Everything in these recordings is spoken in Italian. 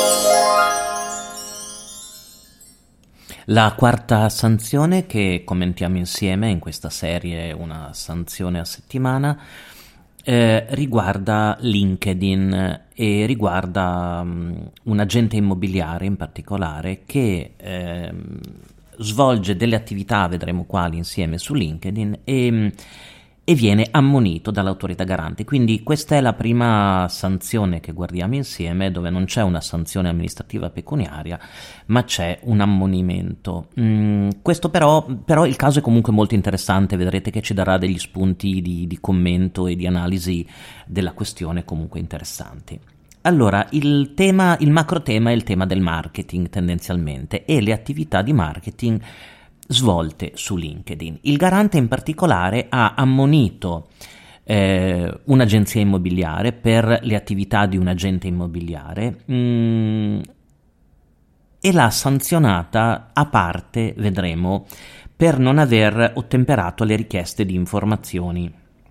La quarta sanzione che commentiamo insieme in questa serie, una sanzione a settimana, riguarda LinkedIn e riguarda un agente immobiliare in particolare che svolge delle attività, vedremo quali insieme, su LinkedIn e viene ammonito dall'autorità garante. Quindi questa è la prima sanzione che guardiamo insieme, dove non c'è una sanzione amministrativa pecuniaria, ma c'è un ammonimento. Questo però il caso è comunque molto interessante, vedrete che ci darà degli spunti di commento e di analisi della questione comunque interessanti. Allora, il macro tema è il tema del marketing tendenzialmente e le attività di marketing svolte su LinkedIn. Il garante in particolare ha ammonito un'agenzia immobiliare per le attività di un agente immobiliare e l'ha sanzionata a parte, vedremo, per non aver ottemperato alle richieste di informazioni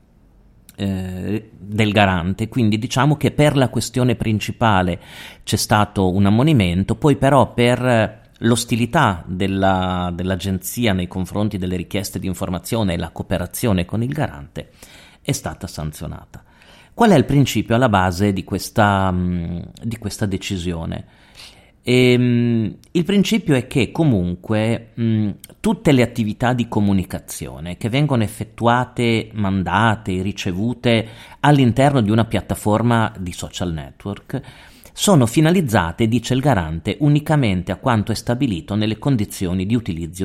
del garante. Quindi diciamo che per la questione principale c'è stato un ammonimento, poi però per l'ostilità dell'agenzia nei confronti delle richieste di informazione e la cooperazione con il garante è stata sanzionata. Qual è il principio alla base di questa decisione? Il principio è che comunque tutte le attività di comunicazione che vengono effettuate, mandate, ricevute all'interno di una piattaforma di social network sono finalizzate, dice il garante, unicamente a quanto è stabilito nelle condizioni di utilizzo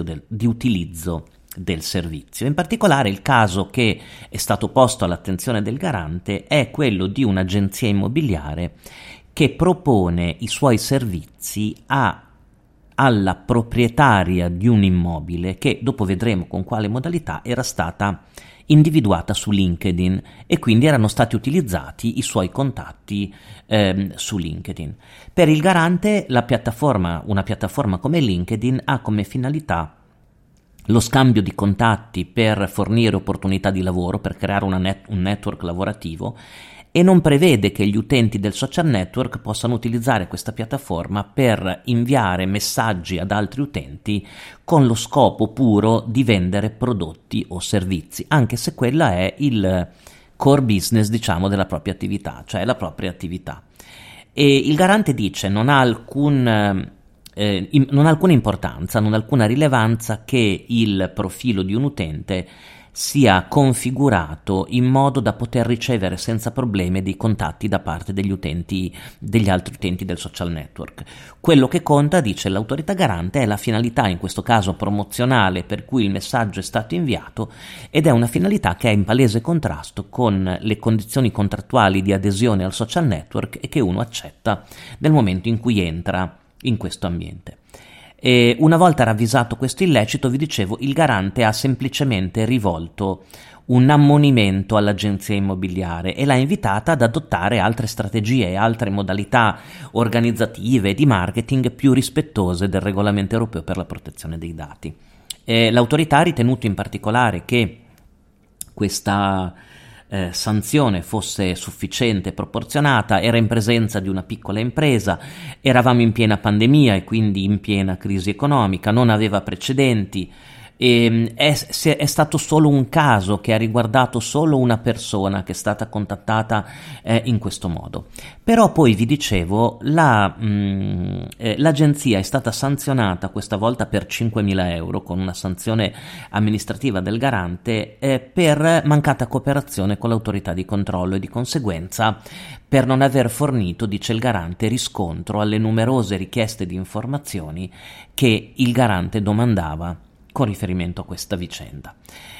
del servizio. In particolare il caso che è stato posto all'attenzione del garante è quello di un'agenzia immobiliare che propone i suoi servizi alla proprietaria di un immobile che, dopo vedremo con quale modalità, era stata individuata su LinkedIn e quindi erano stati utilizzati i suoi contatti su LinkedIn. Per il garante una piattaforma come LinkedIn ha come finalità lo scambio di contatti per fornire opportunità di lavoro, per creare un network lavorativo, e non prevede che gli utenti del social network possano utilizzare questa piattaforma per inviare messaggi ad altri utenti con lo scopo puro di vendere prodotti o servizi, anche se quella è il core business, diciamo, della propria attività, cioè la propria attività. E il garante dice non ha alcuna importanza, non ha alcuna rilevanza che il profilo di un utente sia configurato in modo da poter ricevere senza problemi dei contatti da parte degli altri utenti del social network. Quello che conta, dice l'autorità garante, è la finalità, in questo caso promozionale, per cui il messaggio è stato inviato, ed è una finalità che è in palese contrasto con le condizioni contrattuali di adesione al social network e che uno accetta nel momento in cui entra in questo ambiente. E una volta ravvisato questo illecito, vi dicevo, il garante ha semplicemente rivolto un ammonimento all'agenzia immobiliare e l'ha invitata ad adottare altre strategie e altre modalità organizzative e di marketing più rispettose del regolamento europeo per la protezione dei dati. L'autorità ha ritenuto in particolare che questa sanzione fosse sufficiente e proporzionata, era in presenza di una piccola impresa, eravamo in piena pandemia e quindi in piena crisi economica, non aveva precedenti, e è stato solo un caso che ha riguardato solo una persona che è stata contattata in questo modo. Però poi vi dicevo l'agenzia è stata sanzionata questa volta per 5.000 euro con una sanzione amministrativa del garante per mancata cooperazione con l'autorità di controllo e di conseguenza per non aver fornito, dice il garante, riscontro alle numerose richieste di informazioni che il garante domandava con riferimento a questa vicenda.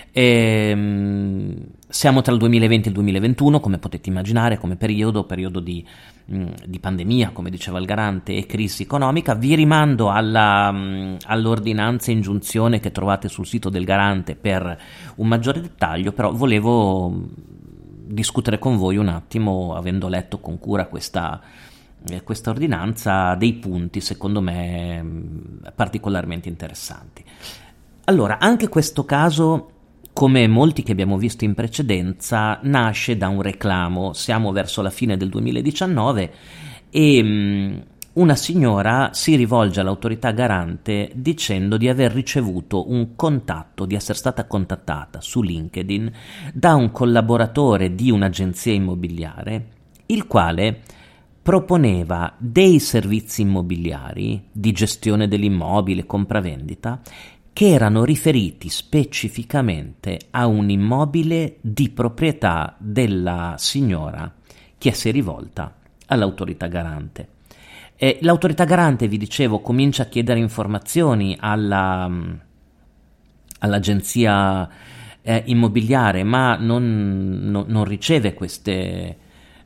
Siamo tra il 2020 e il 2021, come potete immaginare, come periodo di pandemia, come diceva il garante, e crisi economica. Vi rimando all'ordinanza ingiunzione che trovate sul sito del garante per un maggiore dettaglio, però volevo discutere con voi un attimo, avendo letto con cura questa ordinanza, dei punti secondo me particolarmente interessanti. Allora, anche questo caso, come molti che abbiamo visto in precedenza, nasce da un reclamo. Siamo verso la fine del 2019 e una signora si rivolge all'autorità garante dicendo di aver ricevuto un contatto, di essere stata contattata su LinkedIn da un collaboratore di un'agenzia immobiliare, il quale proponeva dei servizi immobiliari di gestione dell'immobile, compravendita, che erano riferiti specificamente a un immobile di proprietà della signora che si è rivolta all'autorità garante. L'autorità garante, vi dicevo, comincia a chiedere informazioni all'agenzia immobiliare, ma non riceve queste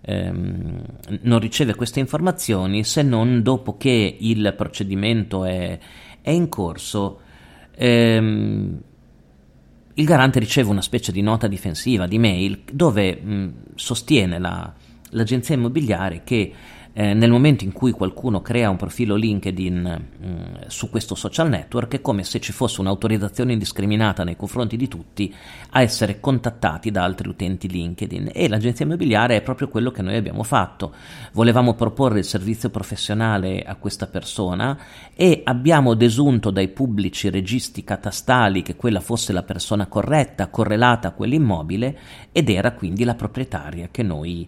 informazioni se non dopo che il procedimento è in corso. Il garante riceve una specie di nota difensiva di mail dove sostiene l'agenzia immobiliare che nel momento in cui qualcuno crea un profilo LinkedIn su questo social network è come se ci fosse un'autorizzazione indiscriminata nei confronti di tutti a essere contattati da altri utenti LinkedIn, e l'agenzia immobiliare è proprio quello che noi abbiamo fatto. Volevamo proporre il servizio professionale a questa persona e abbiamo desunto dai pubblici registri catastali che quella fosse la persona corretta, correlata a quell'immobile, ed era quindi la proprietaria che noi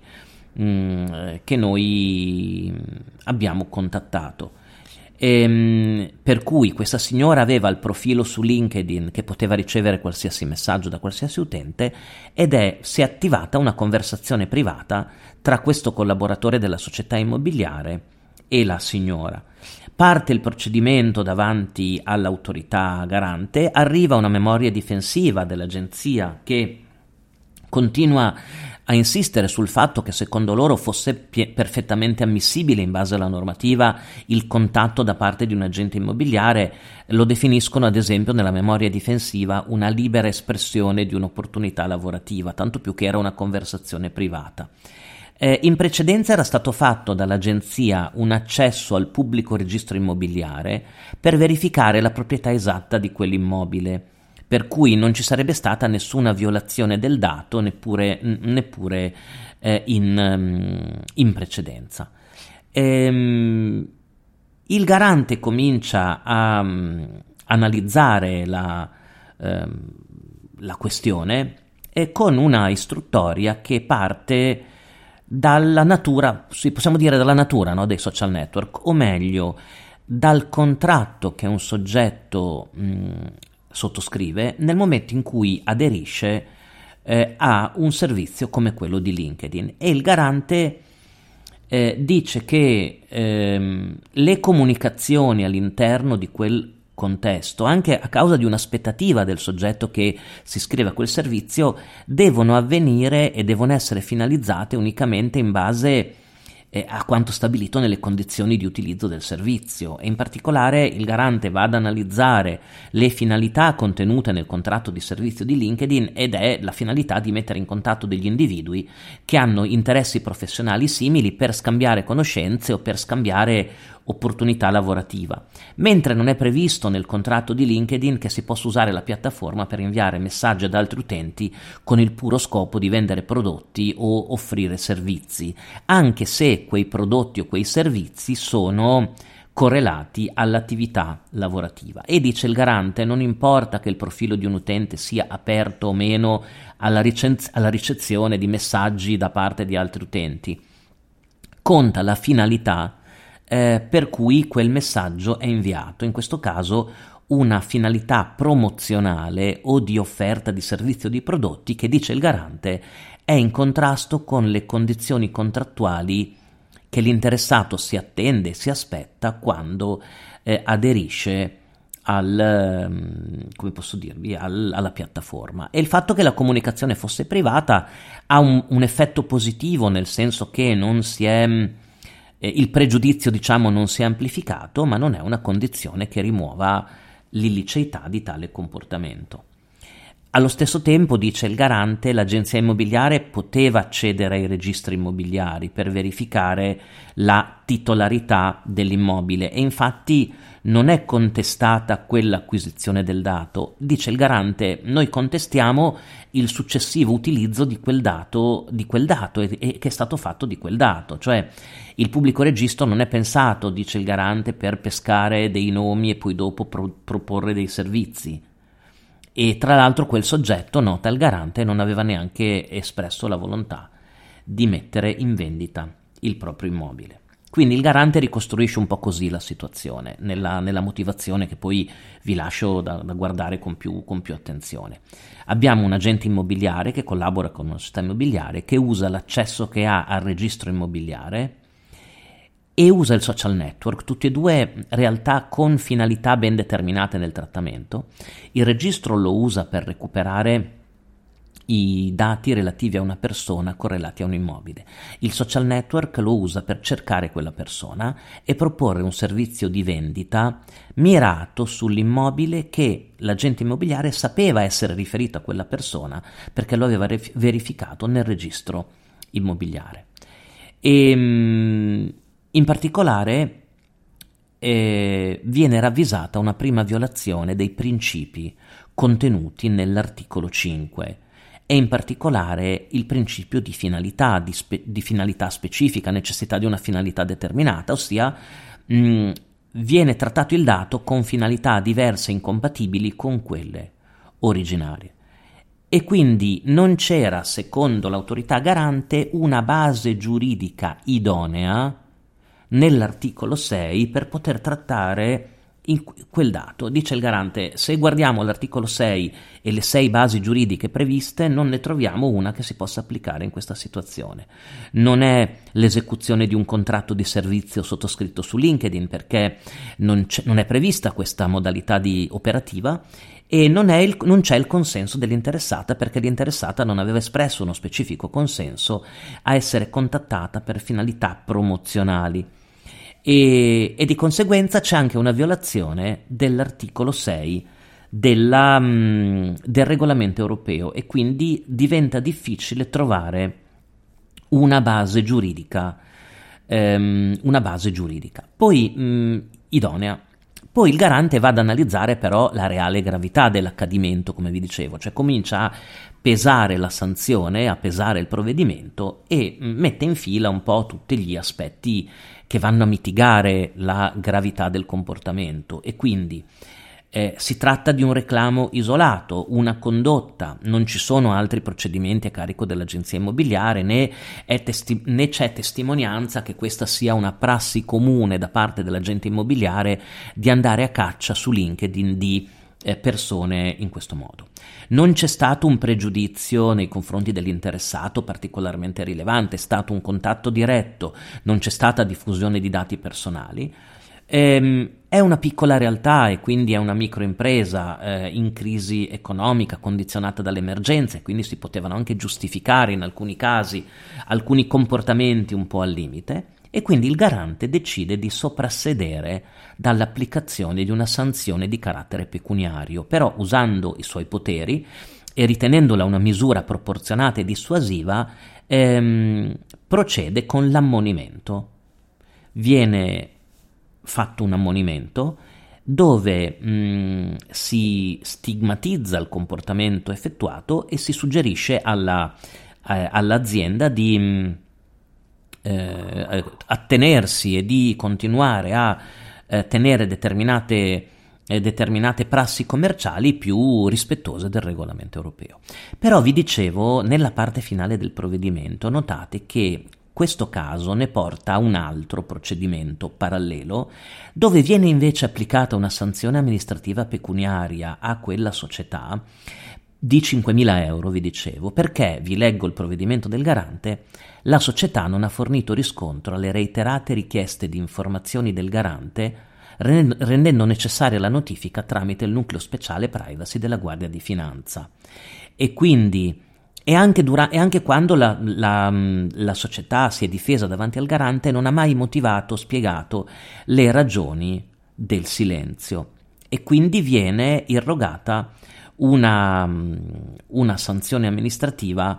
abbiamo contattato. Per cui questa signora aveva il profilo su LinkedIn che poteva ricevere qualsiasi messaggio da qualsiasi utente, ed si è attivata una conversazione privata tra questo collaboratore della società immobiliare e la signora. Parte il procedimento davanti all'autorità garante, arriva una memoria difensiva dell'agenzia che continua a insistere sul fatto che secondo loro fosse perfettamente ammissibile in base alla normativa il contatto da parte di un agente immobiliare. Lo definiscono ad esempio nella memoria difensiva una libera espressione di un'opportunità lavorativa, tanto più che era una conversazione privata. In precedenza era stato fatto dall'agenzia un accesso al pubblico registro immobiliare per verificare la proprietà esatta di quell'immobile, per cui non ci sarebbe stata nessuna violazione del dato neppure in precedenza. Il garante comincia a analizzare la questione con una istruttoria che parte dalla natura, possiamo dire dalla natura, no, dei social network, o meglio dal contratto che un soggetto sottoscrive nel momento in cui aderisce a un servizio come quello di LinkedIn. E il garante dice che le comunicazioni all'interno di quel contesto, anche a causa di un'aspettativa del soggetto che si iscrive a quel servizio, devono avvenire e devono essere finalizzate unicamente in base a quanto stabilito nelle condizioni di utilizzo del servizio, e in particolare il garante va ad analizzare le finalità contenute nel contratto di servizio di LinkedIn, ed è la finalità di mettere in contatto degli individui che hanno interessi professionali simili per scambiare conoscenze o per scambiare opportunità lavorativa, mentre non è previsto nel contratto di LinkedIn che si possa usare la piattaforma per inviare messaggi ad altri utenti con il puro scopo di vendere prodotti o offrire servizi, anche se quei prodotti o quei servizi sono correlati all'attività lavorativa. E dice il garante: non importa che il profilo di un utente sia aperto o meno alla ricezione di messaggi da parte di altri utenti, conta la finalità per cui quel messaggio è inviato, in questo caso una finalità promozionale o di offerta di servizio di prodotti che, dice il garante, è in contrasto con le condizioni contrattuali che l'interessato si attende e si aspetta quando aderisce alla piattaforma. E il fatto che la comunicazione fosse privata ha un effetto positivo, nel senso che non si è il pregiudizio, diciamo, non si è amplificato, ma non è una condizione che rimuova l'illiceità di tale comportamento. Allo stesso tempo, dice il garante, l'agenzia immobiliare poteva accedere ai registri immobiliari per verificare la titolarità dell'immobile e infatti non è contestata quell'acquisizione del dato. Dice il garante, noi contestiamo il successivo utilizzo di quel dato e che è stato fatto di quel dato, cioè il pubblico registro non è pensato, dice il garante, per pescare dei nomi e poi dopo proporre dei servizi. E tra l'altro quel soggetto, nota il garante, non aveva neanche espresso la volontà di mettere in vendita il proprio immobile. Quindi il garante ricostruisce un po' così la situazione, nella motivazione che poi vi lascio da guardare con più attenzione. Abbiamo un agente immobiliare che collabora con una società immobiliare, che usa l'accesso che ha al registro immobiliare e usa il social network, tutte e due realtà con finalità ben determinate nel trattamento. Il registro lo usa per recuperare i dati relativi a una persona correlati a un immobile. Il social network lo usa per cercare quella persona e proporre un servizio di vendita mirato sull'immobile che l'agente immobiliare sapeva essere riferito a quella persona perché lo aveva verificato nel registro immobiliare. In particolare viene ravvisata una prima violazione dei principi contenuti nell'articolo 5 e in particolare il principio di finalità, di finalità specifica, necessità di una finalità determinata, ossia viene trattato il dato con finalità diverse e incompatibili con quelle originarie. E quindi non c'era, secondo l'autorità garante, una base giuridica idonea nell'articolo 6 per poter trattare quel dato. Dice il garante, se guardiamo l'articolo 6 e le 6 basi giuridiche previste, non ne troviamo una che si possa applicare in questa situazione. Non è l'esecuzione di un contratto di servizio sottoscritto su LinkedIn, perché non è prevista questa modalità di operativa, e non c'è il consenso dell'interessata, perché l'interessata non aveva espresso uno specifico consenso a essere contattata per finalità promozionali. E di conseguenza c'è anche una violazione dell'articolo 6 del regolamento europeo e quindi diventa difficile trovare una base giuridica poi idonea. Poi il garante va ad analizzare però la reale gravità dell'accadimento, come vi dicevo, cioè comincia a pesare la sanzione, a pesare il provvedimento e mette in fila un po' tutti gli aspetti che vanno a mitigare la gravità del comportamento e quindi si tratta di un reclamo isolato, una condotta, non ci sono altri procedimenti a carico dell'agenzia immobiliare né c'è testimonianza che questa sia una prassi comune da parte dell'agente immobiliare di andare a caccia su LinkedIn di persone in questo modo. Non c'è stato un pregiudizio nei confronti dell'interessato particolarmente rilevante, è stato un contatto diretto, non c'è stata diffusione di dati personali. È una piccola realtà e quindi è una microimpresa in crisi economica condizionata dalle emergenze, quindi si potevano anche giustificare in alcuni casi alcuni comportamenti un po' al limite e quindi il garante decide di soprassedere dall'applicazione di una sanzione di carattere pecuniario, però usando i suoi poteri e ritenendola una misura proporzionata e dissuasiva procede con l'ammonimento. Viene fatto un ammonimento dove si stigmatizza il comportamento effettuato e si suggerisce all'azienda di attenersi e di continuare a tenere determinate prassi commerciali più rispettose del regolamento europeo. Però vi dicevo, nella parte finale del provvedimento notate che questo caso ne porta a un altro procedimento parallelo dove viene invece applicata una sanzione amministrativa pecuniaria a quella società di 5.000 euro, vi dicevo, perché, vi leggo il provvedimento del garante, la società non ha fornito riscontro alle reiterate richieste di informazioni del garante rendendo necessaria la notifica tramite il nucleo speciale privacy della Guardia di Finanza. E quindi E anche quando la società si è difesa davanti al garante non ha mai motivato, spiegato le ragioni del silenzio e quindi viene irrogata una sanzione amministrativa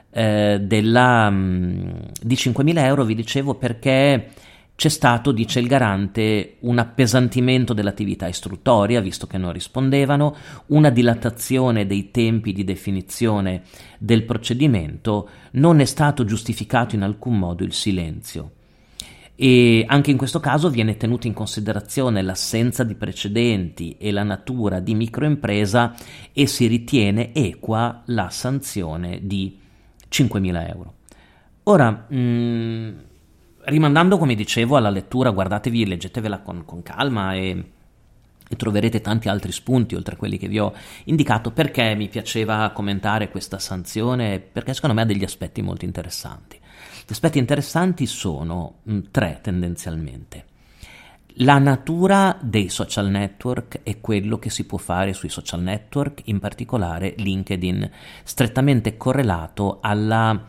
di 5.000 euro, vi dicevo, perché c'è stato, dice il garante, un appesantimento dell'attività istruttoria, visto che non rispondevano, una dilatazione dei tempi di definizione del procedimento, non è stato giustificato in alcun modo il silenzio. E anche in questo caso viene tenuta in considerazione l'assenza di precedenti e la natura di microimpresa e si ritiene equa la sanzione di 5.000 euro. Ora, rimandando, come dicevo, alla lettura, guardatevi, leggetevela con calma e troverete tanti altri spunti oltre a quelli che vi ho indicato. Perché mi piaceva commentare questa sanzione? Perché secondo me ha degli aspetti molto interessanti. Gli aspetti interessanti sono tre tendenzialmente. La natura dei social network e quello che si può fare sui social network, in particolare LinkedIn, strettamente correlato alla,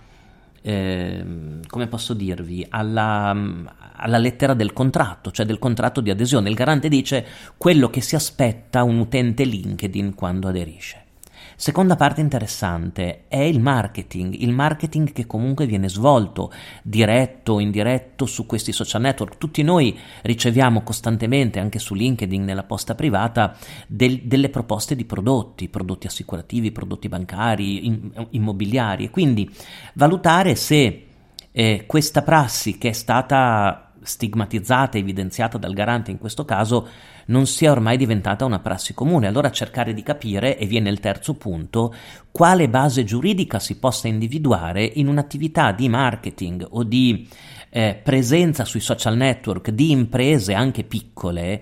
come posso dirvi, alla lettera del contratto, cioè del contratto di adesione. Il garante dice quello che si aspetta un utente LinkedIn quando aderisce. Seconda parte interessante è il marketing che comunque viene svolto diretto o indiretto su questi social network. Tutti noi riceviamo costantemente, anche su LinkedIn, nella posta privata, delle proposte di prodotti assicurativi, prodotti bancari, immobiliari, e quindi valutare se questa prassi, che è stata stigmatizzata e evidenziata dal garante in questo caso, non sia ormai diventata una prassi comune. Allora cercare di capire, e viene il terzo punto, quale base giuridica si possa individuare in un'attività di marketing o di presenza sui social network di imprese anche piccole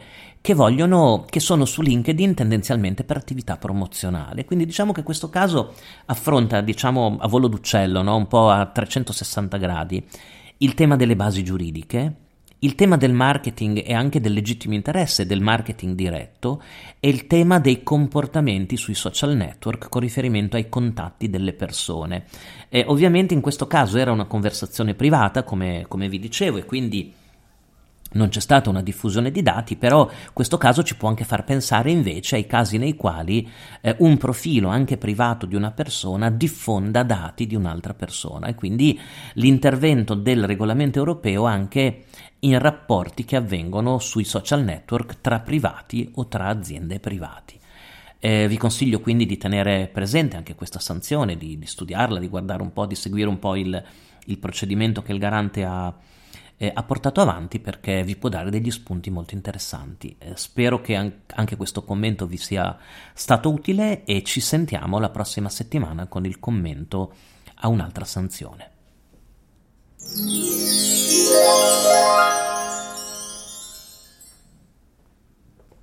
che sono su LinkedIn tendenzialmente per attività promozionale. Quindi diciamo che questo caso affronta, diciamo, a volo d'uccello, no? Un po' a 360 gradi, il tema delle basi giuridiche, il tema del marketing e anche del legittimo interesse del marketing diretto, e il tema dei comportamenti sui social network con riferimento ai contatti delle persone. Ovviamente in questo caso era una conversazione privata, come vi dicevo, e quindi non c'è stata una diffusione di dati, però questo caso ci può anche far pensare invece ai casi nei quali un profilo anche privato di una persona diffonda dati di un'altra persona, e quindi l'intervento del regolamento europeo anche in rapporti che avvengono sui social network tra privati o tra aziende privati. Vi consiglio quindi di tenere presente anche questa sanzione, di studiarla, di guardare un po', di seguire un po' il procedimento che il garante ha portato avanti, perché vi può dare degli spunti molto interessanti. Spero che anche questo commento vi sia stato utile e ci sentiamo la prossima settimana con il commento a un'altra sanzione.